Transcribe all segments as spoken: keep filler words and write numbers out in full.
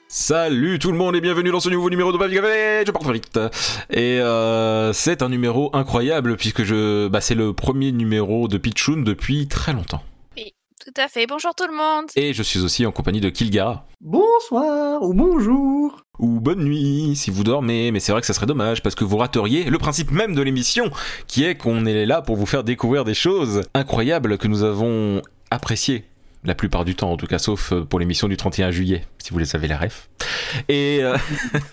Salut tout le monde et bienvenue dans ce nouveau numéro de Baby Café, je parle vite. Et euh, c'est un numéro incroyable puisque je, bah, c'est le premier numéro de Pitchoun depuis très longtemps. Oui, tout à fait. Bonjour tout le monde. Et je suis aussi en compagnie de Kilgara. Bonsoir ou bonjour. Ou bonne nuit si vous dormez, mais c'est vrai que ça serait dommage parce que vous rateriez le principe même de l'émission qui est qu'on est là pour vous faire découvrir des choses incroyables que nous avons appréciées. La plupart du temps, en tout cas, sauf pour l'émission du trente et un juillet, si vous les avez la ref. Et, euh...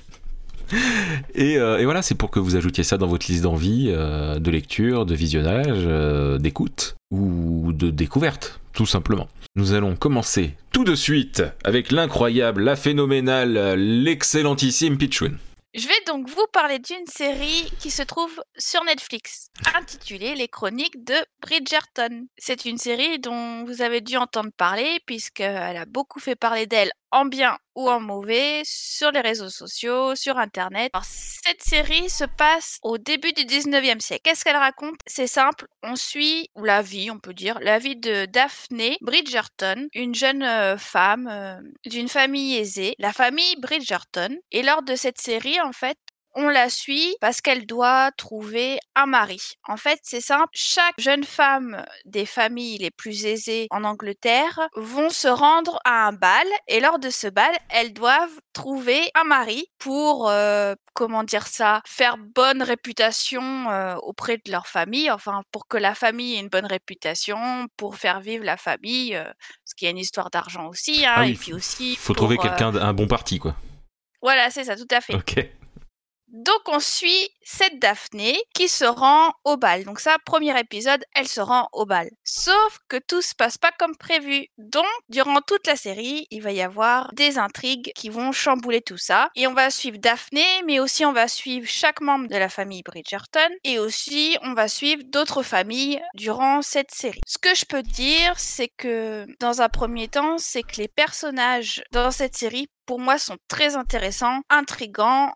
et, euh, et voilà, c'est pour que vous ajoutiez ça dans votre liste d'envie, euh, de lecture, de visionnage, euh, d'écoute ou de découverte, tout simplement. Nous allons commencer tout de suite avec l'incroyable, la phénoménale, l'excellentissime Pitchoun. Je vais donc vous parler d'une série qui se trouve sur Netflix, intitulée Les Chroniques de Bridgerton. C'est une série dont vous avez dû entendre parler, puisqu'elle a beaucoup fait parler d'elle en bien ou en mauvais, sur les réseaux sociaux, sur Internet. Alors, cette série se passe au début du dix-neuvième siècle. Qu'est-ce qu'elle raconte ? C'est simple, on suit, ou la vie, on peut dire, la vie de Daphné Bridgerton, une jeune euh, femme euh, d'une famille aisée, la famille Bridgerton. Et lors de cette série, en fait, on la suit parce qu'elle doit trouver un mari. En fait, c'est simple, chaque jeune femme des familles les plus aisées en Angleterre vont se rendre à un bal et lors de ce bal, elles doivent trouver un mari pour, euh, comment dire ça, faire bonne réputation euh, auprès de leur famille, enfin pour que la famille ait une bonne réputation, pour faire vivre la famille, euh, parce qu'il y a une histoire d'argent aussi, hein, Ah oui, et puis aussi faut pour, trouver euh, quelqu'un, un bon parti, quoi. Voilà, c'est ça, tout à fait. Ok. Donc on suit cette Daphné qui se rend au bal. Donc ça, premier épisode, elle se rend au bal. Sauf que tout se passe pas comme prévu. Donc durant toute la série, il va y avoir des intrigues qui vont chambouler tout ça. Et on va suivre Daphné, mais aussi on va suivre chaque membre de la famille Bridgerton. Et aussi on va suivre d'autres familles durant cette série. Ce que je peux te dire, c'est que dans un premier temps, c'est que les personnages dans cette série, pour moi, sont très intéressants, intrigants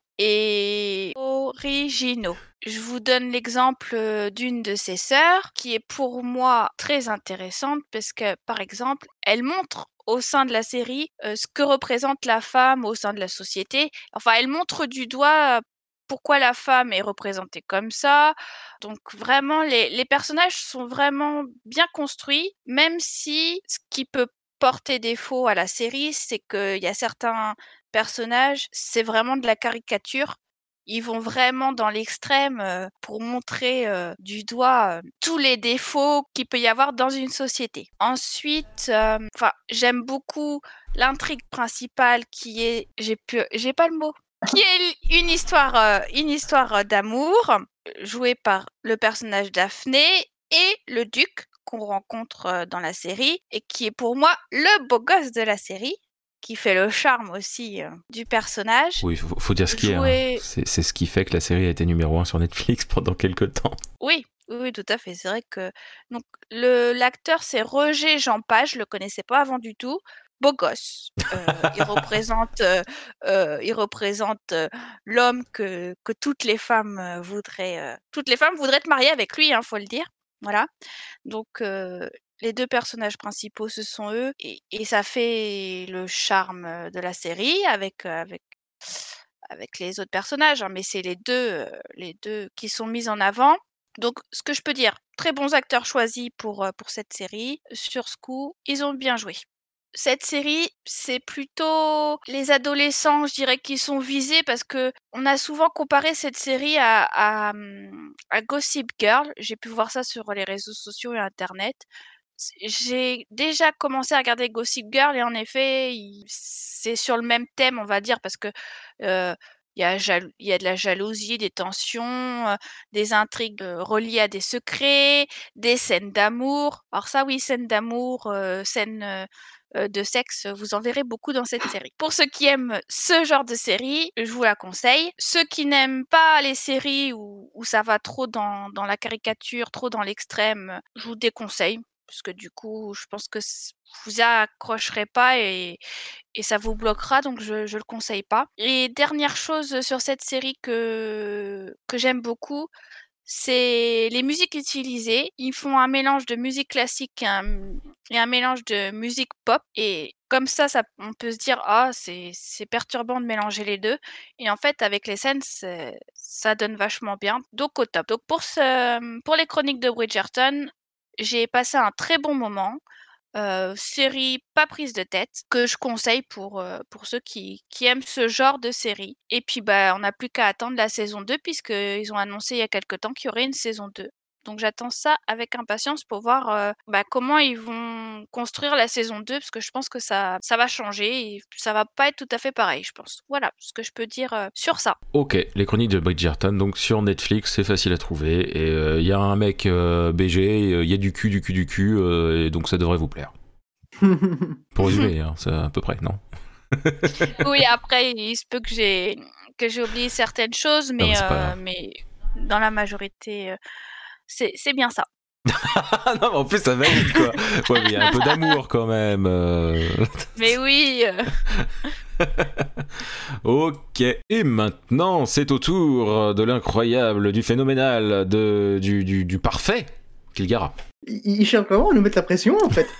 et originaux. Je vous donne l'exemple d'une de ses sœurs qui est pour moi très intéressante parce que, par exemple, elle montre au sein de la série euh, ce que représente la femme au sein de la société. Enfin, elle montre du doigt pourquoi la femme est représentée comme ça. Donc vraiment, les, les personnages sont vraiment bien construits, même si ce qui peut porter défaut à la série, c'est qu'il y a certains personnages, c'est vraiment de la caricature. Ils vont vraiment dans l'extrême euh, pour montrer euh, du doigt euh, tous les défauts qu'il peut y avoir dans une société. Ensuite, euh, enfin, j'aime beaucoup l'intrigue principale qui est, j'ai pu, j'ai pas le mot, qui est une histoire, euh, une histoire d'amour jouée par le personnage Daphné et le duc qu'on rencontre dans la série et qui est pour moi le beau gosse de la série, qui fait le charme aussi euh, du personnage. Oui, faut, faut dire ce qui Joué... est. Hein. C'est, c'est ce qui fait que la série a été numéro un sur Netflix pendant quelques temps. Oui, oui, tout à fait. C'est vrai que donc le l'acteur c'est Roger Jean-Page, je le connaissais pas avant du tout. Beau gosse. Euh, il représente, euh, euh, il représente euh, l'homme que, que toutes les femmes euh, voudraient. Euh, toutes les femmes voudraient être mariées avec lui, hein, faut le dire. Voilà. Donc euh, les deux personnages principaux, ce sont eux, et, et ça fait le charme de la série avec euh, avec avec les autres personnages, hein, mais c'est les deux, euh, les deux qui sont mis en avant. Donc, ce que je peux dire, très bons acteurs choisis pour, euh, pour cette série. Sur ce coup, ils ont bien joué. Cette série, c'est plutôt les adolescents, je dirais, qui sont visés parce que on a souvent comparé cette série à, à, à Gossip Girl. J'ai pu voir ça sur les réseaux sociaux et Internet. J'ai déjà commencé à regarder Gossip Girl et en effet, il- c'est sur le même thème, on va dire, parce que euh, il y a, jal- il y a de la jalousie, des tensions, euh, des intrigues euh, reliées à des secrets, des scènes d'amour. Alors ça, oui, scènes d'amour, euh, scènes euh, euh, de sexe, vous en verrez beaucoup dans cette série. Pour ceux qui aiment ce genre de série, je vous la conseille. Ceux qui n'aiment pas les séries où, où ça va trop dans, dans la caricature, trop dans l'extrême, je vous déconseille. Parce que du coup, je pense que vous y accrocherez pas et, et ça vous bloquera, donc je, je le conseille pas. Et dernière chose sur cette série que, que j'aime beaucoup, c'est les musiques utilisées. Ils font un mélange de musique classique et un, et un mélange de musique pop. Et comme ça, ça on peut se dire: «Ah, c'est c'est perturbant de mélanger les deux» et en fait, avec les scènes, c'est ça donne vachement bien, donc au top. Donc pour ce, mmh, pour les chroniques de Bridgerton, j'ai passé un très bon moment. Heu, série pas prise de tête, que je conseille pour, heu, pour ceux qui qui aiment ce genre de série et puis, bah, on n'a plus qu'à attendre la saison deux puisqu'ils ont annoncé il y a quelque temps qu'il y aurait une saison deux. Donc j'attends ça avec impatience pour voir, heu, bah, comment ils vont construire la saison deux parce que je pense que ça ça va changer et ça va pas être tout à fait pareil, je pense. Voilà ce que je peux dire, heu, sur ça. Ok, les chroniques de Bridgerton, donc sur Netflix, c'est facile à trouver. Et il euh, y a un mec euh, B G, il y a du cul, du cul, du cul, euh, et donc ça devrait vous plaire. Pour résumer, hein, c'est à peu près, non? Oui, après, il se peut que j'ai que j'ai oublié certaines choses, Non, mais mais c'est pas heu, grave. mais dans la majorité, heu, c'est c'est bien ça. Non, mais en plus, ça valide, quoi. Ouais, mais il y a un peu d'amour, quand même. euh. Mais oui, heu, Ok, et maintenant, c'est au tour de l'incroyable, du phénoménal, de, du, du, du parfait, Kilgara. Il, il cherche vraiment à nous mettre la pression, en fait.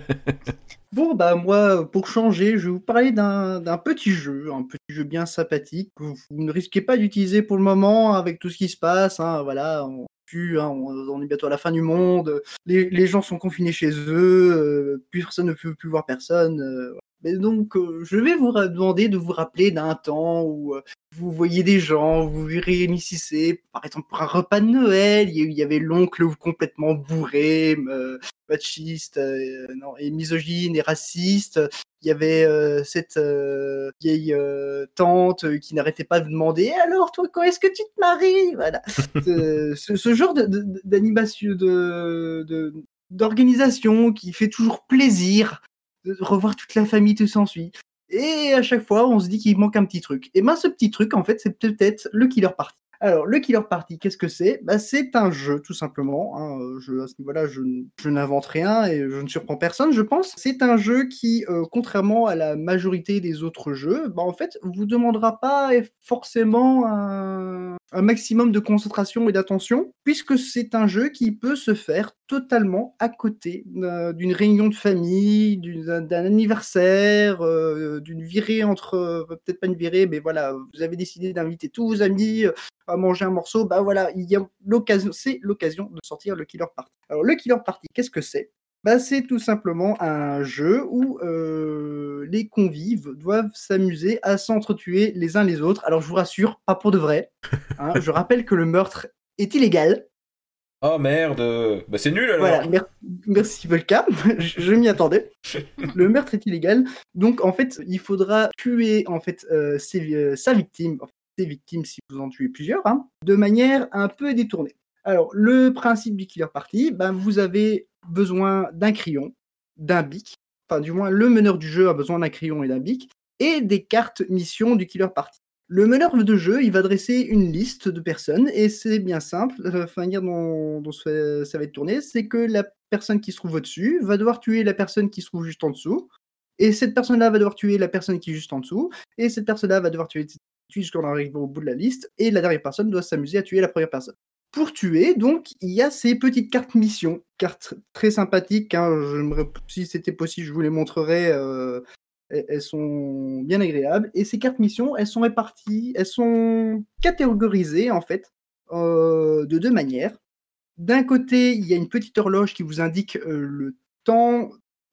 Bon, bah moi, pour changer, je vais vous parler d'un d'un petit jeu, un petit jeu bien sympathique que vous ne risquez pas d'utiliser pour le moment avec tout ce qui se passe. Hein, voilà, on, pue, hein, on, on est bientôt à la fin du monde, les, les gens sont confinés chez eux, euh, plus personne ne peut plus voir personne. Euh, voilà. Mais donc, euh, je vais vous ra- demander de vous rappeler d'un temps où euh, vous voyez des gens, vous vous réunissez, par exemple pour un repas de Noël, il y, il y avait l'oncle complètement bourré, euh, machiste euh, non, et misogyne et raciste. Il y avait euh, cette euh, vieille euh, tante euh, qui n'arrêtait pas de demander « Alors, toi, quand est-ce que tu te maries ?» Voilà. ce, ce, ce genre de, de, d'animation, de, de, d'organisation qui fait toujours plaisir de revoir toute la famille, tout s'ensuit. Et à chaque fois, on se dit qu'il manque un petit truc. Et ben, ce petit truc, en fait, c'est peut-être le Killer Party. Alors, le Killer Party, qu'est-ce que c'est? Bah, c'est un jeu, tout simplement. Hein. Je, à ce niveau-là, je, je n'invente rien et je ne surprends personne, je pense. C'est un jeu qui, euh, contrairement à la majorité des autres jeux, bah, en fait, vous demandera pas forcément un, un maximum de concentration et d'attention, puisque c'est un jeu qui peut se faire totalement à côté euh, d'une réunion de famille, d'une, d'un anniversaire, euh, d'une virée entre... Euh, peut-être pas une virée, mais voilà, vous avez décidé d'inviter tous vos amis... Euh, à manger un morceau, bah voilà, il y a l'occasion, c'est l'occasion de sortir le Killer Party. Alors le Killer Party, qu'est-ce que c'est? Bah c'est tout simplement un jeu où euh, les convives doivent s'amuser à s'entretuer les uns les autres. Alors je vous rassure, pas pour de vrai. Hein, je rappelle que le meurtre est illégal. Oh merde, bah c'est nul alors. Voilà, mer- merci Volca, je, je m'y attendais. Le meurtre est illégal, donc en fait il faudra tuer en fait euh, ses, euh, sa victime. En fait, des victimes si vous en tuez plusieurs, hein, de manière un peu détournée. Alors, le principe du Killer Party, ben, vous avez besoin d'un crayon, d'un bic, enfin du moins le meneur du jeu a besoin d'un crayon et d'un bic, et des cartes missions du Killer Party. Le meneur de jeu, il va dresser une liste de personnes, et c'est bien simple, la manière dont, dont ça va être tourné, c'est que la personne qui se trouve au-dessus va devoir tuer la personne qui se trouve juste en dessous, et cette personne-là va devoir tuer la personne qui est juste en dessous, et cette personne-là va devoir tuer jusqu'on arrive au bout de la liste, et la dernière personne doit s'amuser à tuer la première personne. Pour tuer, donc, il y a ces petites cartes missions, cartes très sympathiques, hein, je, si c'était possible, je vous les montrerais, euh, elles sont bien agréables, et ces cartes missions, elles sont réparties, elles sont catégorisées, en fait, euh, de deux manières. D'un côté, il y a une petite horloge qui vous indique euh, le temps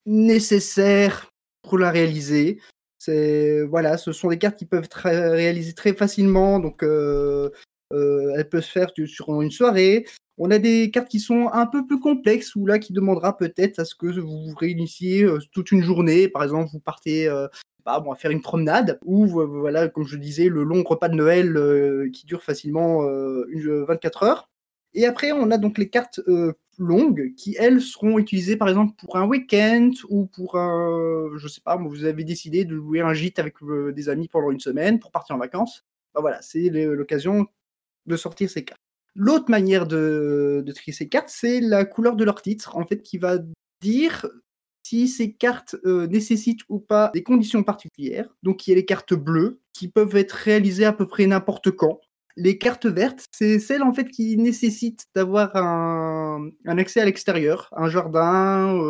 nécessaire pour la réaliser. C'est voilà, ce sont des cartes qui peuvent être réalisées très facilement, donc euh, euh, elles peuvent se faire sur une soirée. On a des cartes qui sont un peu plus complexes, ou là qui demandera peut-être à ce que vous vous réunissiez euh, toute une journée. Par exemple, vous partez euh, pas, bon, faire une promenade, ou voilà, comme je disais, le long repas de Noël euh, qui dure facilement euh, une, vingt-quatre heures. Et après, on a donc les cartes euh, longues qui, elles, seront utilisées par exemple pour un week-end ou pour un. Je sais pas, vous avez décidé de louer un gîte avec euh, des amis pendant une semaine pour partir en vacances. Ben voilà, c'est l'occasion de sortir ces cartes. L'autre manière de, de trier ces cartes, c'est la couleur de leur titre, en fait, qui va dire si ces cartes euh, nécessitent ou pas des conditions particulières. Donc, il y a les cartes bleues qui peuvent être réalisées à peu près n'importe quand. Les cartes vertes, c'est celles en fait qui nécessitent d'avoir un, un accès à l'extérieur, un jardin, euh,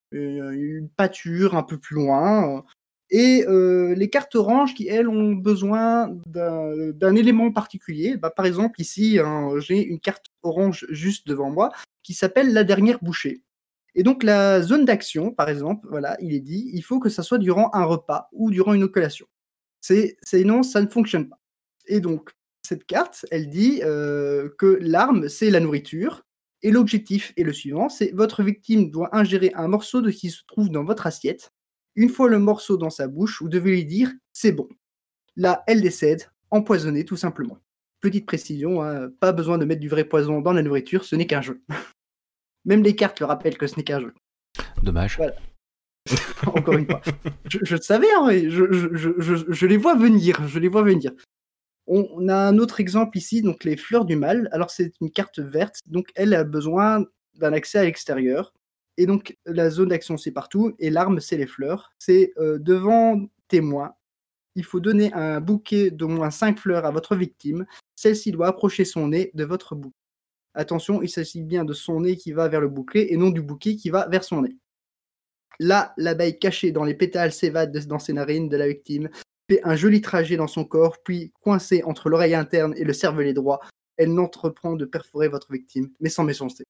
euh, une pâture un peu plus loin. Et euh, les cartes oranges qui, elles, ont besoin d'un, d'un élément particulier. Bah, par exemple, ici, hein, j'ai une carte orange juste devant moi qui s'appelle la dernière bouchée. Et donc, la zone d'action, par exemple, voilà, il est dit, il faut que ça soit durant un repas ou durant une collation. C'est, sinon, ça ne fonctionne pas. Et donc, cette carte, elle dit euh, que l'arme, c'est la nourriture. Et l'objectif est le suivant, c'est votre victime doit ingérer un morceau de ce qui se trouve dans votre assiette. Une fois le morceau dans sa bouche, vous devez lui dire « c'est bon ». Là, elle décède, empoisonnée tout simplement. Petite précision, hein, pas besoin de mettre du vrai poison dans la nourriture, ce n'est qu'un jeu. Même les cartes le rappellent que ce n'est qu'un jeu. Dommage. Voilà. Encore une fois. Je, je le savais, hein, je, je, je, je, je les vois venir, je les vois venir. On, on a un autre exemple ici, donc les fleurs du mal. Alors c'est une carte verte, donc elle a besoin d'un accès à l'extérieur. Et donc la zone d'action c'est partout, et l'arme c'est les fleurs. C'est euh, devant témoin. Il faut donner un bouquet d'au moins cinq fleurs à votre victime. Celle-ci doit approcher son nez de votre bouquet. Attention, il s'agit bien de son nez qui va vers le bouquet et non du bouquet qui va vers son nez. Là, l'abeille cachée dans les pétales s'évade dans ses narines de la victime, fait un joli trajet dans son corps, puis coincée entre l'oreille interne et le cervelet droit, elle n'entreprend de perforer votre victime, mais sans méchanceté.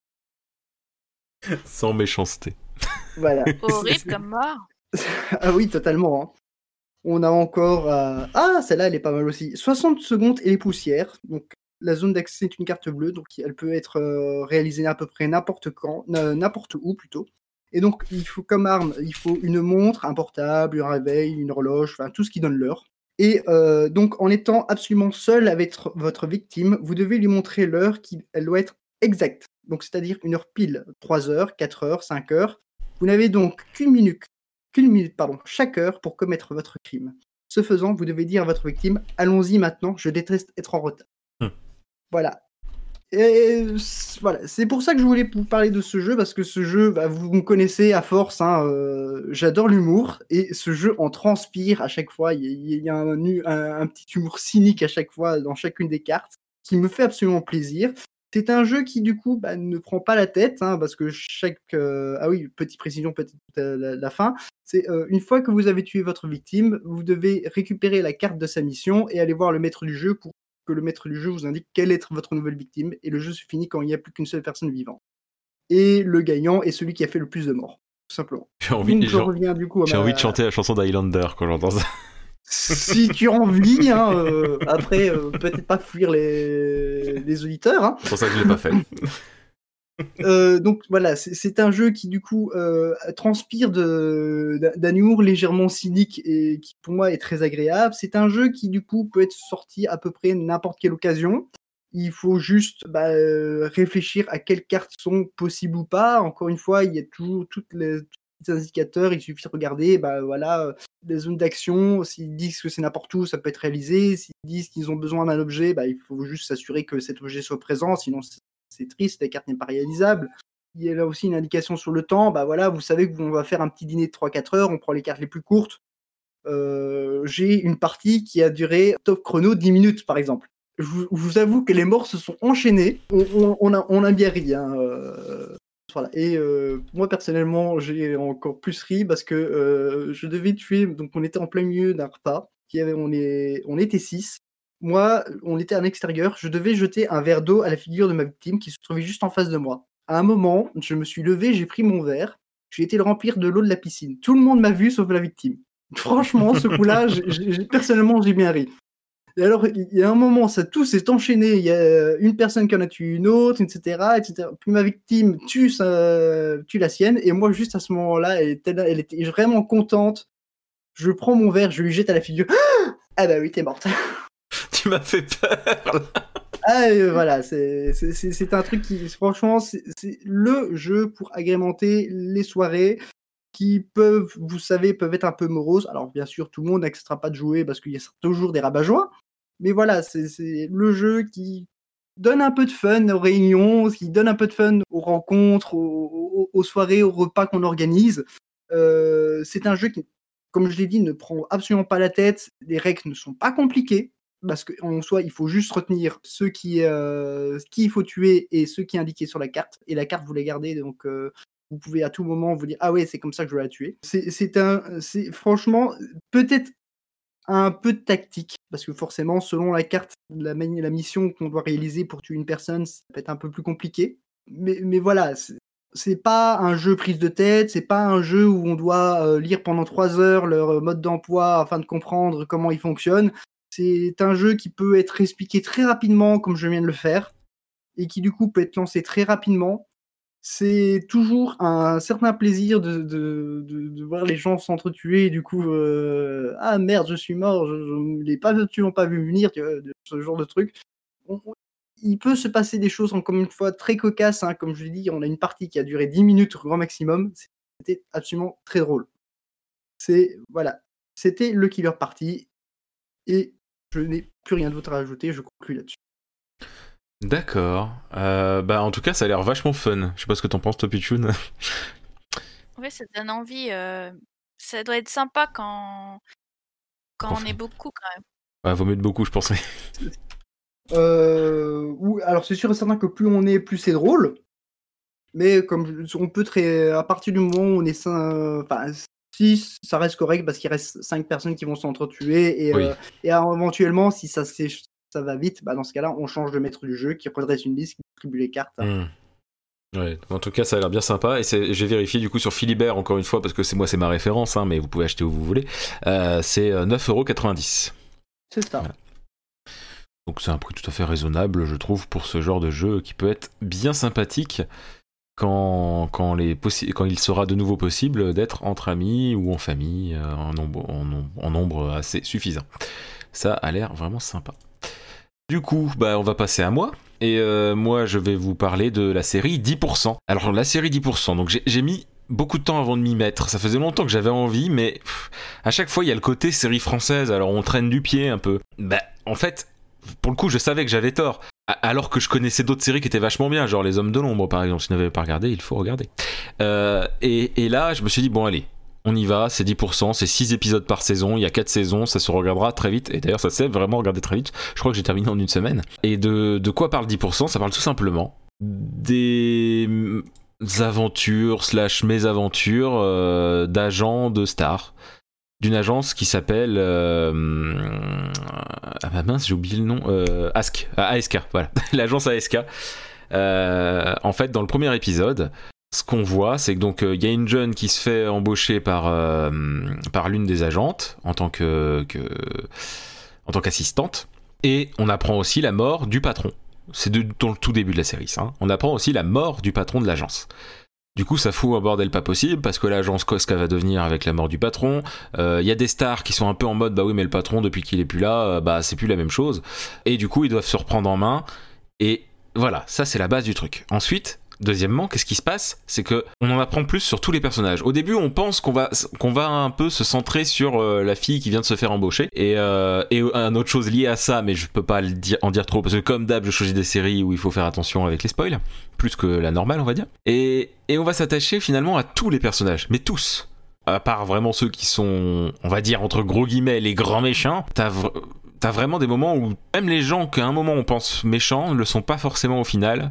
Sans méchanceté. Voilà. Horrible comme mort. Ah oui, totalement. Hein. On a encore... Euh... Ah, celle-là, elle est pas mal aussi. soixante secondes et les poussières. Donc, la zone d'accès est une carte bleue, donc elle peut être euh, réalisée à peu près n'importe quand, euh, n'importe où plutôt. Et donc, il faut comme arme, il faut une montre, un portable, un réveil, une horloge, enfin tout ce qui donne l'heure. Et euh, donc, en étant absolument seul avec votre victime, vous devez lui montrer l'heure qui elle doit être exacte. Donc, c'est-à-dire une heure pile, trois heures, quatre heures, cinq heures. Vous n'avez donc qu'une minute, qu'une minute, pardon, chaque heure pour commettre votre crime. Ce faisant, vous devez dire à votre victime, allons-y maintenant, je déteste être en retard. Hum. Voilà. Et voilà, c'est pour ça que je voulais vous parler de ce jeu, parce que ce jeu, bah, vous me connaissez à force, hein, euh, j'adore l'humour, et ce jeu en transpire à chaque fois, il y, y a un, un, un petit humour cynique à chaque fois dans chacune des cartes, qui me fait absolument plaisir. C'est un jeu qui, du coup, bah, ne prend pas la tête, hein, parce que chaque... Euh, ah oui, petite précision peut-être à la, la fin, c'est euh, une fois que vous avez tué votre victime, vous devez récupérer la carte de sa mission et aller voir le maître du jeu pour que le maître du jeu vous indique quelle est votre nouvelle victime, et le jeu se finit quand il n'y a plus qu'une seule personne vivante. Et le gagnant est celui qui a fait le plus de morts, tout simplement. J'ai envie, Donc je reviens du coup à j'ai ma... envie de chanter la chanson d'Highlander quand j'entends ça. Si tu as envie, hein, euh, après, euh, peut-être pas fuir les, les auditeurs. Hein. C'est pour ça que je l'ai pas fait. euh, donc voilà, c'est, c'est un jeu qui du coup euh, transpire de, d'un humour légèrement cynique et qui pour moi est très agréable. C'est un jeu qui du coup peut être sorti à peu près n'importe quelle occasion. Il faut juste bah, euh, réfléchir à quelles cartes sont possibles ou pas. Encore une fois, il y a toujours toutes les, tous les indicateurs. Il suffit de regarder, bah, voilà, les zones d'action. S'ils disent que c'est n'importe où, ça peut être réalisé. S'ils disent qu'ils ont besoin d'un objet, bah, il faut juste s'assurer que cet objet soit présent. Sinon, c'est, c'est triste, la carte n'est pas réalisable. Il y a là aussi une indication sur le temps. Bah, voilà, vous savez qu'on va faire un petit dîner de trois quatre heures. On prend les cartes les plus courtes. Euh, j'ai une partie qui a duré top chrono dix minutes, par exemple. Je vous, je vous avoue que les morts se sont enchaînés. On, on, on, a, on a bien ri. Hein, euh, voilà. Et euh, moi, personnellement, j'ai encore plus ri parce que euh, je devais tuer. Donc, on était en plein milieu d'un repas. Qui avait, on, est, on était six. Moi, on était à l'extérieur. Je devais jeter un verre d'eau à la figure de ma victime qui se trouvait juste en face de moi. À un moment, je me suis levé, j'ai pris mon verre. J'ai été le remplir de l'eau de la piscine. Tout le monde m'a vu sauf la victime. Franchement, ce coup-là, j'ai, j'ai, personnellement, j'ai bien ri. Et alors, il y a un moment, ça tout s'est enchaîné. Il y a une personne qui en a tué une autre, et cetera, et cetera. Puis ma victime tue, sa... tue la sienne. Et moi, juste à ce moment-là, elle était, elle était vraiment contente. Je prends mon verre, je lui jette à la figure. Ah bah oui, t'es morte. Tu m'as fait peur. Ah, euh, voilà, c'est, c'est, c'est, c'est un truc qui, franchement, c'est, c'est le jeu pour agrémenter les soirées qui peuvent, vous savez, peuvent être un peu moroses. Alors, bien sûr, tout le monde n'acceptera pas de jouer parce qu'il y a toujours des rabat-joie. Mais voilà, c'est, c'est le jeu qui donne un peu de fun aux réunions, qui donne un peu de fun aux rencontres, aux, aux, aux soirées, aux repas qu'on organise. Euh, c'est un jeu qui, comme je l'ai dit, ne prend absolument pas la tête. Les règles ne sont pas compliquées. Parce qu'en soi, il faut juste retenir ceux qui, euh, qui il faut tuer et ceux qui est indiqué sur la carte. Et la carte, vous la gardez, donc euh, vous pouvez à tout moment vous dire « Ah ouais, c'est comme ça que je vais la tuer ». C'est, c'est un, c'est franchement, peut-être un peu de tactique, parce que forcément, selon la carte, la, la mission qu'on doit réaliser pour tuer une personne, ça peut être un peu plus compliqué. Mais, mais voilà, c'est, c'est pas un jeu prise de tête, c'est pas un jeu où on doit euh, lire pendant trois heures leur mode d'emploi afin de comprendre comment ils fonctionnent. C'est un jeu qui peut être expliqué très rapidement, comme je viens de le faire, et qui du coup peut être lancé très rapidement. C'est toujours un certain plaisir de, de, de, de voir les gens s'entretuer, et du coup, euh, ah merde, je suis mort, je ne l'ai pas, tu n'as pas vu venir, tu vois, ce genre de truc. On, on, il peut se passer des choses, encore une fois, très cocasses, hein, comme je l'ai dit, on a une partie qui a duré dix minutes au grand maximum, c'était absolument très drôle. C'est, voilà, c'était le killer party, et je n'ai plus rien d'autre à ajouter, je conclue là-dessus. D'accord. Euh, bah en tout cas, ça a l'air vachement fun. Je sais pas ce que t'en penses, toi, Pichoun. Oui, ça donne envie. Euh... Ça doit être sympa quand, quand Enfin. on est beaucoup, quand même. Ouais, vaut mieux de beaucoup, je pense. euh, ou, alors, c'est sûr et certain que plus on est, plus c'est drôle. Mais comme on peut très, à partir du moment où on est cinq, enfin, six, ça reste correct parce qu'il reste cinq personnes qui vont s'entretuer. Et, oui. euh, et alors, éventuellement, si ça c'est ça va vite, bah dans ce cas-là, on change de maître du jeu qui redresse une liste, qui distribue les cartes. Mmh. Ouais, en tout cas, ça a l'air bien sympa. Et c'est, j'ai vérifié du coup sur Philibert, encore une fois, parce que c'est moi, c'est ma référence, hein, mais vous pouvez acheter où vous voulez. Euh, c'est neuf euros quatre-vingt-dix. C'est ça. Voilà. Donc c'est un prix tout à fait raisonnable, je trouve, pour ce genre de jeu qui peut être bien sympathique quand, quand, les possi- quand il sera de nouveau possible d'être entre amis ou en famille, euh, en, nombre, en, en nombre assez suffisant. Ça a l'air vraiment sympa. Du coup, bah, on va passer à moi. Et euh, moi, je vais vous parler de la série dix pour cent. Alors, la série dix pour cent, donc j'ai, j'ai mis beaucoup de temps avant de m'y mettre. Ça faisait longtemps que j'avais envie, mais pff, à chaque fois, il y a le côté série française, alors on traîne du pied un peu. Bah, en fait, pour le coup, je savais que j'avais tort. Alors que je connaissais d'autres séries qui étaient vachement bien, genre Les Hommes de l'Ombre, par exemple. Si vous n'avez pas regardé, il faut regarder. Euh, et, et là, je me suis dit, bon, allez. On y va, c'est dix pour cent, c'est six épisodes par saison, il y a quatre saisons, ça se regardera très vite, et d'ailleurs ça s'est vraiment regardé très vite, je crois que j'ai terminé en une semaine. Et de, de quoi parle dix pour cent? Ça parle tout simplement des aventures slash mésaventures euh, d'agents de stars, d'une agence qui s'appelle... Euh, ah bah mince, j'ai oublié le nom, euh, A S K, A S K, voilà, l'agence A S K. Euh, en fait, dans le premier épisode... Ce qu'on voit, c'est que donc il euh, y a une jeune qui se fait embaucher par euh, par l'une des agentes en tant que, que en tant qu'assistante, et on apprend aussi la mort du patron. C'est de, dans le tout début de la série, ça. Hein. On apprend aussi la mort du patron de l'agence. Du coup, ça fout un bordel pas possible parce que l'agence, qu'est-ce qu'elle va devenir avec la mort du patron? Il euh, y a des stars qui sont un peu en mode bah oui, mais le patron depuis qu'il est plus là, euh, bah c'est plus la même chose. Et du coup, ils doivent se reprendre en main. Et voilà, ça c'est la base du truc. Ensuite. Deuxièmement, qu'est-ce qui se passe? C'est que on en apprend plus sur tous les personnages. Au début, on pense qu'on va qu'on va un peu se centrer sur euh, la fille qui vient de se faire embaucher et euh, et une autre chose liée à ça, mais je peux pas le dire, en dire trop parce que comme d'hab, je choisis des séries où il faut faire attention avec les spoils, plus que la normale, on va dire. Et et on va s'attacher finalement à tous les personnages, mais tous. À part vraiment ceux qui sont, on va dire entre gros guillemets, les grands méchants. T'as v- t'as vraiment des moments où même les gens qu'à un moment on pense méchants ne le sont pas forcément au final.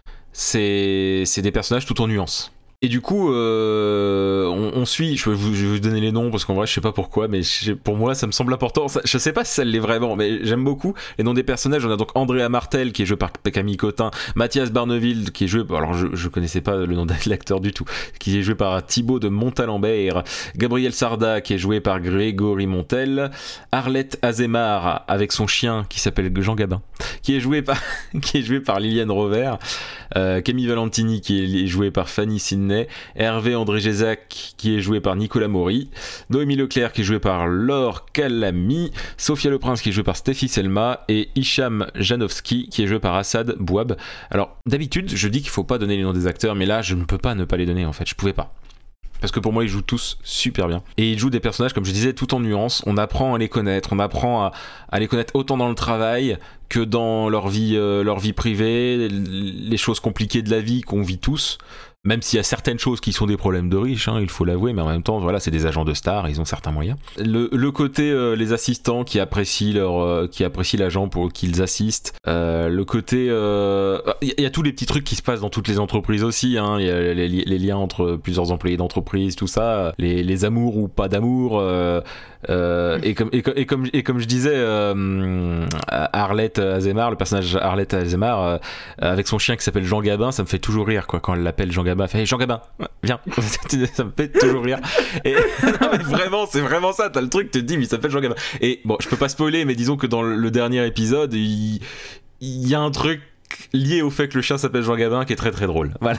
C'est, c'est des personnages tout en nuances. Et du coup, euh, on, on suit, je vais, vous, je vais vous donner les noms parce qu'en vrai, je sais pas pourquoi, mais je, pour moi, ça me semble important. Ça, je sais pas si ça l'est vraiment, mais j'aime beaucoup les noms des personnages. On a donc Andrea Martel qui est joué par Camille Cotin, Mathias Barneville qui est joué, alors je, je connaissais pas le nom de l'acteur du tout, qui est joué par Thibaut de Montalembert, Gabriel Sarda qui est joué par Grégory Montel, Arlette Azemar avec son chien qui s'appelle Jean Gabin, qui est joué par, qui est joué par Liliane Rover, euh, Camille Valentini qui est joué par Fanny Sidney, Hervé André Gézac qui est joué par Nicolas Maury, Noémie Leclerc qui est joué par Laure Calamy, Sophia Leprince qui est jouée par Stéphie Selma et Hicham Janowski qui est joué par Assad Bouab. Alors d'habitude je dis qu'il faut pas donner les noms des acteurs, mais là je ne peux pas ne pas les donner en fait, je pouvais pas. Parce que pour moi ils jouent tous super bien. Et ils jouent des personnages comme je disais tout en nuances, on apprend à les connaître, on apprend à, à les connaître autant dans le travail que dans leur vie, euh, leur vie privée, les choses compliquées de la vie qu'on vit tous. Même s'il y a certaines choses qui sont des problèmes de riches, hein, il faut l'avouer, mais en même temps, voilà, c'est des agents de stars, ils ont certains moyens. Le, le côté euh, les assistants qui apprécient leur, euh, qui apprécient l'agent pour qu'ils assistent. Euh, le côté, il euh, y, y a tous les petits trucs qui se passent dans toutes les entreprises aussi. Hein. Il y a les, les liens entre plusieurs employés d'entreprise, tout ça, les, les amours ou pas d'amour. Euh, euh, et, comme, et, et, comme, et comme je disais, euh, Arlette Azémar, le personnage Arlette Azémar, euh, avec son chien qui s'appelle Jean Gabin, ça me fait toujours rire quoi, quand elle l'appelle Jean Gabin. Elle fait hey, Jean Gabin, viens. Ça me fait toujours rire. Et, non, mais vraiment, c'est vraiment ça. T'as le truc, tu te dis, mais il s'appelle Jean Gabin. Et bon, je peux pas spoiler, mais disons que dans le dernier épisode, il, il y a un truc lié au fait que le chien s'appelle Jean Gabin qui est très très drôle. Voilà.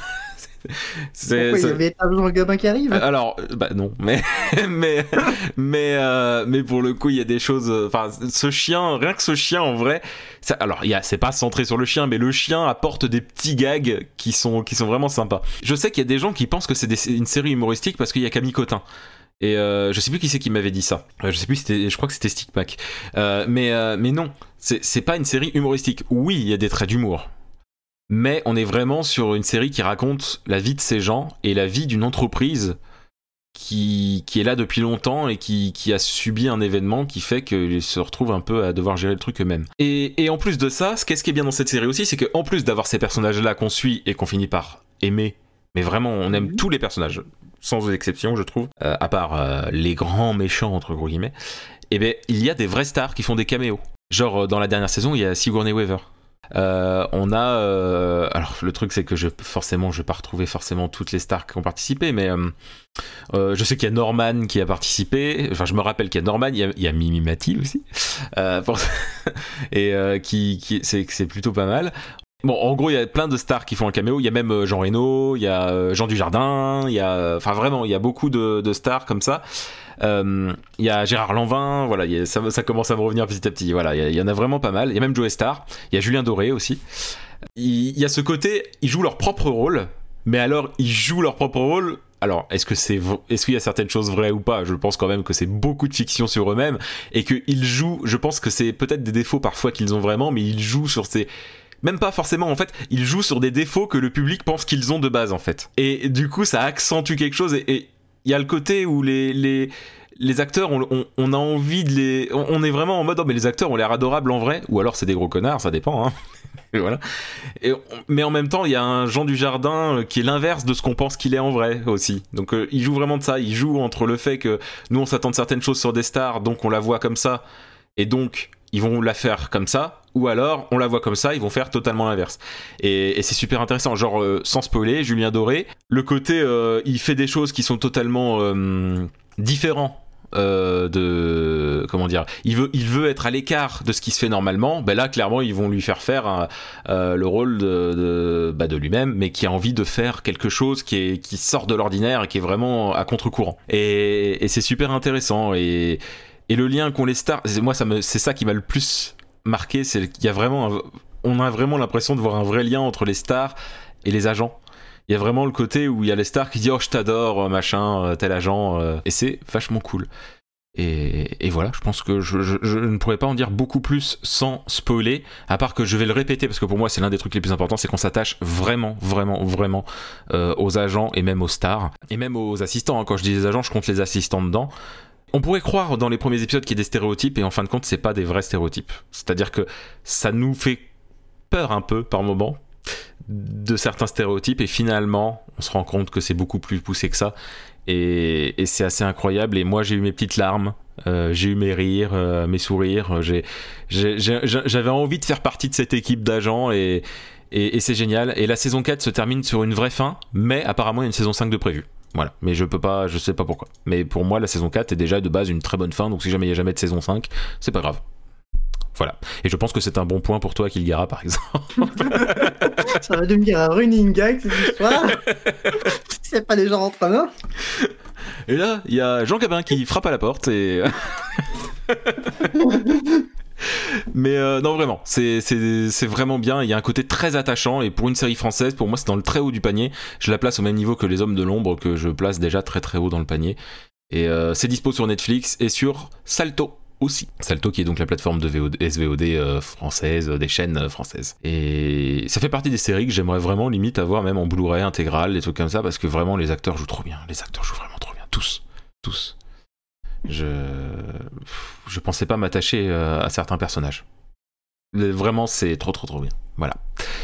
C'est, Pourquoi, c'est... il y avait un Jean Gabin qui arrive ? Alors, bah non, mais mais mais euh, mais pour le coup, il y a des choses. Enfin, ce chien, rien que ce chien, en vrai, ça, alors il y a, c'est pas centré sur le chien, mais le chien apporte des petits gags qui sont qui sont vraiment sympas. Je sais qu'il y a des gens qui pensent que c'est des, une série humoristique parce qu'il y a Camille Cotin. Et euh, je sais plus qui c'est qui m'avait dit ça. Euh, je sais plus, c'était, je crois que c'était Stickpack. Euh, mais euh, mais non, c'est c'est pas une série humoristique. Oui, il y a des traits d'humour. Mais on est vraiment sur une série qui raconte la vie de ces gens et la vie d'une entreprise qui, qui est là depuis longtemps et qui, qui a subi un événement qui fait qu'ils se retrouvent un peu à devoir gérer le truc eux-mêmes. Et, et en plus de ça, ce qu'est-ce qui est bien dans cette série aussi, c'est qu'en plus d'avoir ces personnages-là qu'on suit et qu'on finit par aimer, mais vraiment on aime tous les personnages, sans exception je trouve, euh, à part euh, les grands méchants entre gros guillemets, et ben il y a des vraies stars qui font des caméos. Genre dans la dernière saison, il y a Sigourney Weaver. Euh, on a euh, alors le truc c'est que je forcément je vais pas retrouver forcément toutes les stars qui ont participé, mais euh, euh, je sais qu'il y a Norman qui a participé, enfin je me rappelle qu'il y a Norman, il y a, il y a Mimi Mati aussi euh, pour... et euh, qui, qui c'est, c'est plutôt pas mal. Bon, en gros, il y a plein de stars qui font un caméo. Il y a même Jean Reno, il y a Jean Dujardin, il y a, enfin vraiment, il y a beaucoup de, de stars comme ça. Euh, il y a Gérard Lanvin, voilà, y a, ça, ça commence à me revenir petit à petit. Voilà, il y, y en a vraiment pas mal. Il y a même Joey Starr, il y a Julien Doré aussi. Il, il y a ce côté, ils jouent leur propre rôle, mais alors ils jouent leur propre rôle. Alors, est-ce que c'est, est-ce qu'il y a certaines choses vraies ou pas ? Je pense quand même que c'est beaucoup de fiction sur eux-mêmes et qu'ils jouent. Je pense que c'est peut-être des défauts parfois qu'ils ont vraiment, mais ils jouent sur ces. Même pas forcément, en fait, ils jouent sur des défauts que le public pense qu'ils ont de base, en fait. Et du coup, ça accentue quelque chose. Et il y a le côté où les, les, les acteurs, on, on, on a envie de les... On, on est vraiment en mode, oh, mais les acteurs ont l'air adorables en vrai. Ou alors c'est des gros connards, ça dépend. Hein. Et voilà. Et, mais en même temps, il y a un Jean Dujardin qui est l'inverse de ce qu'on pense qu'il est en vrai aussi. Donc euh, il joue vraiment de ça. Il joue entre le fait que nous, on s'attend de certaines choses sur des stars, donc on la voit comme ça. Et donc, ils vont la faire comme ça. Ou alors, on la voit comme ça, ils vont faire totalement l'inverse. Et, et c'est super intéressant. Genre, euh, sans spoiler, Julien Doré, le côté, euh, il fait des choses qui sont totalement euh, différents euh, de... Comment dire, il veut, il veut être à l'écart de ce qui se fait normalement. Ben là, clairement, ils vont lui faire faire un, euh, le rôle de, de, bah de lui-même, mais qui a envie de faire quelque chose qui, est, qui sort de l'ordinaire et qui est vraiment à contre-courant. Et, et c'est super intéressant. Et, et le lien qu'ont les stars, moi, ça me, c'est ça qui m'a le plus... marqué, c'est qu'il y a vraiment un... on a vraiment l'impression de voir un vrai lien entre les stars et les agents. Il y a vraiment le côté où il y a les stars qui disent oh je t'adore machin tel agent euh... et c'est vachement cool. Et, et voilà, je pense que je, je, je ne pourrais pas en dire beaucoup plus sans spoiler, à part que je vais le répéter parce que pour moi c'est l'un des trucs les plus importants, c'est qu'on s'attache vraiment, vraiment, vraiment euh, aux agents et même aux stars et même aux assistants. Hein. Quand je dis les agents, je compte les assistants dedans. On pourrait croire dans les premiers épisodes qu'il y a des stéréotypes et en fin de compte c'est pas des vrais stéréotypes. C'est-à-dire que ça nous fait peur un peu par moment de certains stéréotypes et finalement on se rend compte que c'est beaucoup plus poussé que ça et, et c'est assez incroyable. Et moi j'ai eu mes petites larmes, euh, j'ai eu mes rires, euh, mes sourires, j'ai, j'ai, j'ai, j'avais envie de faire partie de cette équipe d'agents et, et, et c'est génial. Et la saison quatre se termine sur une vraie fin, mais apparemment il y a une saison cinq de prévue. Voilà, mais je peux pas, je sais pas pourquoi. Mais pour moi, la saison quatre est déjà de base une très bonne fin, donc si jamais il n'y a jamais de saison cinq, c'est pas grave. Voilà. Et je pense que c'est un bon point pour toi, Kilgara, par exemple. Ça va devenir un running gag, cette histoire. C'est pas les gens rentrent là. Et là, il y a Jean Gabin qui frappe à la porte et... Mais euh, non vraiment c'est, c'est, c'est vraiment bien, il y a un côté très attachant et pour une série française pour moi c'est dans le très haut du panier, je la place au même niveau que Les Hommes de l'Ombre que je place déjà très très haut dans le panier et euh, c'est dispo sur Netflix et sur Salto aussi. Salto qui est donc la plateforme de V O D, S V O D euh, française, des chaînes euh, françaises. Et ça fait partie des séries que j'aimerais vraiment limite avoir même en Blu-ray intégral, des trucs comme ça, parce que vraiment les acteurs jouent trop bien. Les acteurs jouent vraiment trop bien. Tous. Tous. Je... Je pensais pas m'attacher euh, à certains personnages. Vraiment, c'est trop trop trop bien. Voilà.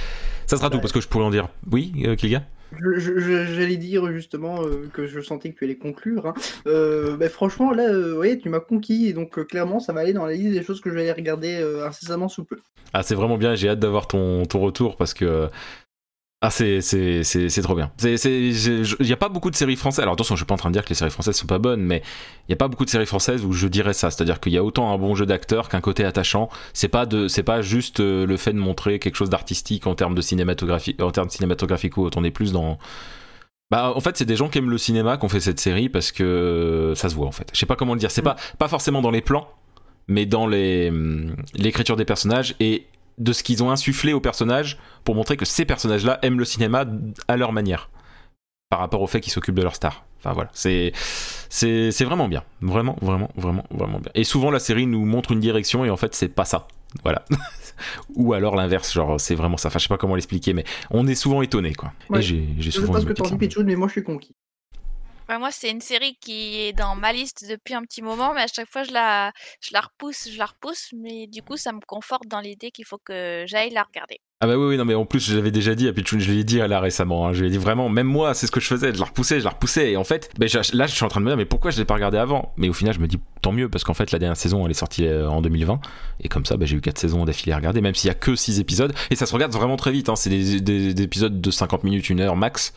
Ça sera ouais. tout, parce que je pourrais en dire... Oui, euh, Kilga ? Je, je, j'allais dire justement euh, que je sentais que tu allais conclure. Hein. Euh, bah, franchement, là, euh, ouais, tu m'as conquis et donc euh, clairement, ça va aller dans la liste des choses que je vais aller regarder euh, incessamment sous peu. Ah, c'est vraiment bien. J'ai hâte d'avoir ton, ton retour parce que ah, c'est c'est c'est c'est trop bien. C'est c'est il y a pas beaucoup de séries françaises. Alors attention, je suis pas en train de dire que les séries françaises sont pas bonnes, mais il y a pas beaucoup de séries françaises où je dirais ça. C'est-à-dire qu'il y a autant un bon jeu d'acteur qu'un côté attachant. C'est pas de c'est pas juste le fait de montrer quelque chose d'artistique en termes de cinématographie, en termes cinématographiques ou autre. On est plus dans Bah, en fait, c'est des gens qui aiment le cinéma qui ont fait cette série parce que ça se voit en fait. Je sais pas comment le dire. C'est mmh. pas pas forcément dans les plans, mais dans les l'écriture des personnages et de ce qu'ils ont insufflé aux personnages pour montrer que ces personnages-là aiment le cinéma à leur manière par rapport au fait qu'ils s'occupent de leur star. Enfin voilà, c'est c'est c'est vraiment bien, vraiment vraiment vraiment vraiment bien. Et souvent la série nous montre une direction et en fait c'est pas ça. Voilà. Ou alors l'inverse, genre c'est vraiment ça. Enfin je sais pas comment l'expliquer, mais on est souvent étonné quoi. Ouais. Et j'ai j'ai souvent. Je sais pas ce que t'en dis Pichoun, mais moi je suis conquis. Ouais, moi, c'est une série qui est dans ma liste depuis un petit moment, mais à chaque fois, je la, je la repousse, je la repousse, mais du coup, ça me conforte dans l'idée qu'il faut que j'aille la regarder. Ah bah oui, oui, non mais en plus, je l'avais déjà dit à Pichoun, je l'ai dit là récemment, hein, je l'ai dit vraiment, même moi, c'est ce que je faisais, je la repoussais, je la repoussais, et en fait, bah, là, je suis en train de me dire, mais pourquoi je l'ai pas regardé avant ? Mais au final, je me dis, tant mieux, parce qu'en fait, la dernière saison, elle est sortie en deux mille vingt, et comme ça, bah, j'ai eu quatre saisons d'affilée à regarder, même s'il y a que six épisodes, et ça se regarde vraiment très vite, hein, c'est des, des, des épisodes de cinquante minutes, une heure max.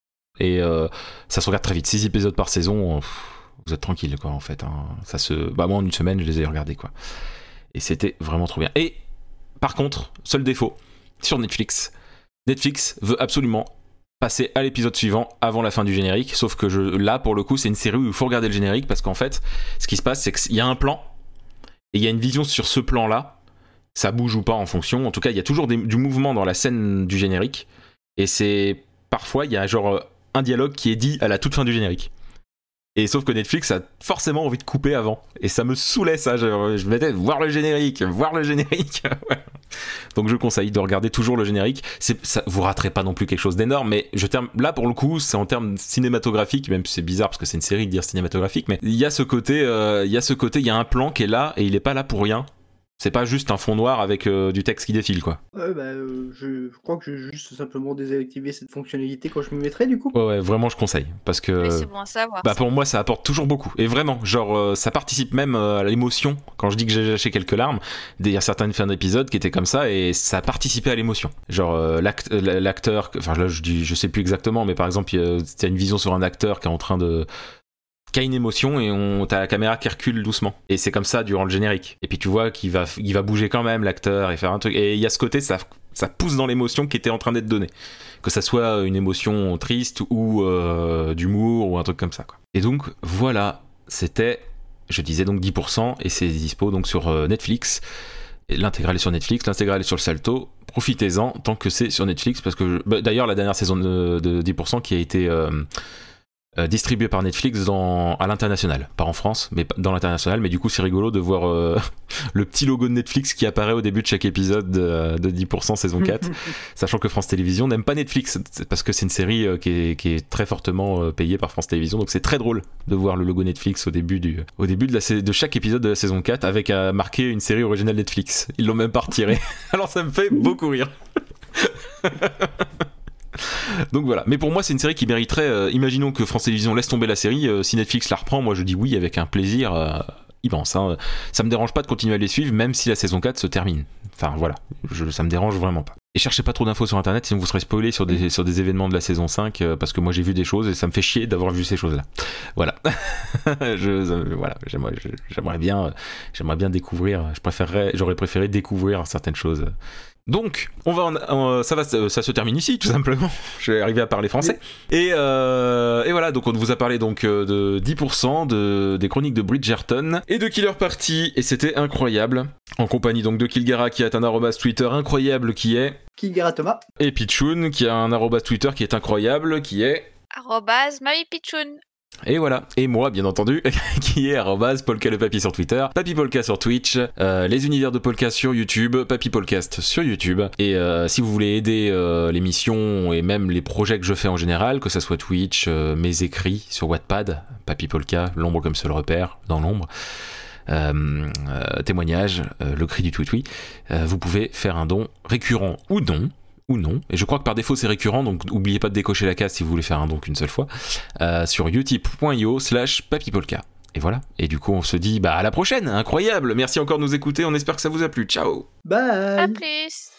Et euh, ça se regarde très vite, six épisodes par saison, pff, vous êtes tranquille quoi en fait. Hein. Ça se, bah moi en une semaine je les ai regardés quoi. Et c'était vraiment trop bien. Et par contre, seul défaut sur Netflix, Netflix veut absolument passer à l'épisode suivant avant la fin du générique. Sauf que je, là pour le coup c'est une série où il faut regarder le générique parce qu'en fait, ce qui se passe c'est qu'il y a un plan et il y a une vision sur ce plan là. Ça bouge ou pas en fonction. En tout cas, il y a toujours des, du mouvement dans la scène du générique et c'est parfois il y a genre un dialogue qui est dit à la toute fin du générique. Et sauf que Netflix a forcément envie de couper avant. Et ça me saoulait ça. Je, je me mettais voir le générique, voir le générique. Donc je conseille de regarder toujours le générique. C'est, ça, vous raterez pas non plus quelque chose d'énorme, mais je termine, là pour le coup, c'est en termes cinématographiques, même si c'est bizarre parce que c'est une série de dire cinématographique, mais il y a ce côté, euh, il y a ce côté, il y a un plan qui est là et il est pas là pour rien. C'est pas juste un fond noir avec euh, du texte qui défile, quoi. Ouais, bah, euh, je, je crois que je vais juste simplement désactiver cette fonctionnalité quand je m'y mettrai, du coup. Ouais, ouais, vraiment, je conseille. Parce que. Mais c'est bon à savoir. Bah, pour moi, ça apporte toujours beaucoup. Et vraiment, genre, euh, ça participe même euh, à l'émotion. Quand je dis que j'ai lâché quelques larmes, il y a certaines fins d'épisodes qui étaient comme ça et ça participait à l'émotion. Genre, euh, l'act- l'acteur. Enfin, là, je, dis, je sais plus exactement, mais par exemple, il y a une vision sur un acteur qui est en train de. Qui a une émotion et on t'as la caméra qui recule doucement et c'est comme ça durant le générique et puis tu vois qu'il va il va bouger quand même l'acteur et faire un truc et il y a ce côté ça ça pousse dans l'émotion qui était en train d'être donnée, que ça soit une émotion triste ou euh, d'humour ou un truc comme ça quoi. Et donc voilà, c'était je disais donc dix pour cent et c'est dispo donc sur euh, Netflix. Et l'intégrale est sur Netflix, l'intégrale est sur le Salto. Profitez-en tant que c'est sur Netflix parce que je... bah, d'ailleurs la dernière saison de, de dix pour cent qui a été euh, Euh, distribué par Netflix dans, à l'international, pas en France, mais dans l'international. Mais du coup, c'est rigolo de voir euh, le petit logo de Netflix qui apparaît au début de chaque épisode de, de dix pour cent saison quatre, sachant que France Télévisions n'aime pas Netflix parce que c'est une série euh, qui, est, qui est très fortement euh, payée par France Télévisions. Donc c'est très drôle de voir le logo Netflix au début, du, au début de, la, de chaque épisode de la saison quatre avec à marquer une série originale Netflix. Ils l'ont même pas retiré. Alors ça me fait beaucoup rire. Donc voilà, mais pour moi c'est une série qui mériterait, euh, imaginons que France Télévisions laisse tomber la série, euh, si Netflix la reprend, moi je dis oui avec un plaisir euh, immense, hein. Ça me dérange pas de continuer à les suivre même si la saison quatre se termine, enfin voilà, je, ça me dérange vraiment pas. Et cherchez pas trop d'infos sur internet sinon vous serez spoilé sur des, sur des événements de la saison cinq, euh, parce que moi j'ai vu des choses et ça me fait chier d'avoir vu ces choses là. Voilà. je, euh, voilà j'aimerais, je, j'aimerais, bien, euh, j'aimerais bien découvrir, je préférerais, j'aurais préféré découvrir certaines choses. Donc, on va en, en, ça va, ça se termine ici, tout simplement. Je vais arriver à parler français. Et, euh, et voilà, donc on vous a parlé donc de dix pour cent, de, des chroniques de Bridgerton et de Killer Party, et c'était incroyable. En compagnie donc de Kilgara qui a un arrobas Twitter incroyable qui est Kilgara Thomas. Et Pichoun qui a un arrobas Twitter qui est incroyable qui est arrobas Marie Pichoun. Et voilà, et moi bien entendu, qui est arrobase Polka le Papy sur Twitter, Papy Polka sur Twitch, euh, les univers de Polka sur YouTube, Papy Polcast sur YouTube, et euh, si vous voulez aider euh, l'émission et même les projets que je fais en général, que ça soit Twitch, euh, mes écrits sur Wattpad, Papy Polka, l'ombre comme seul repère, dans l'ombre, euh, euh, témoignage, euh, le cri du tweet-oui, euh, vous pouvez faire un don récurrent ou non, ou non, et je crois que par défaut c'est récurrent, donc n'oubliez pas de décocher la case si vous voulez faire un don qu'une seule fois, euh, sur utip.io slash papypolka. Et voilà, et du coup on se dit bah à la prochaine, incroyable, merci encore de nous écouter, on espère que ça vous a plu, ciao. Bye. À plus.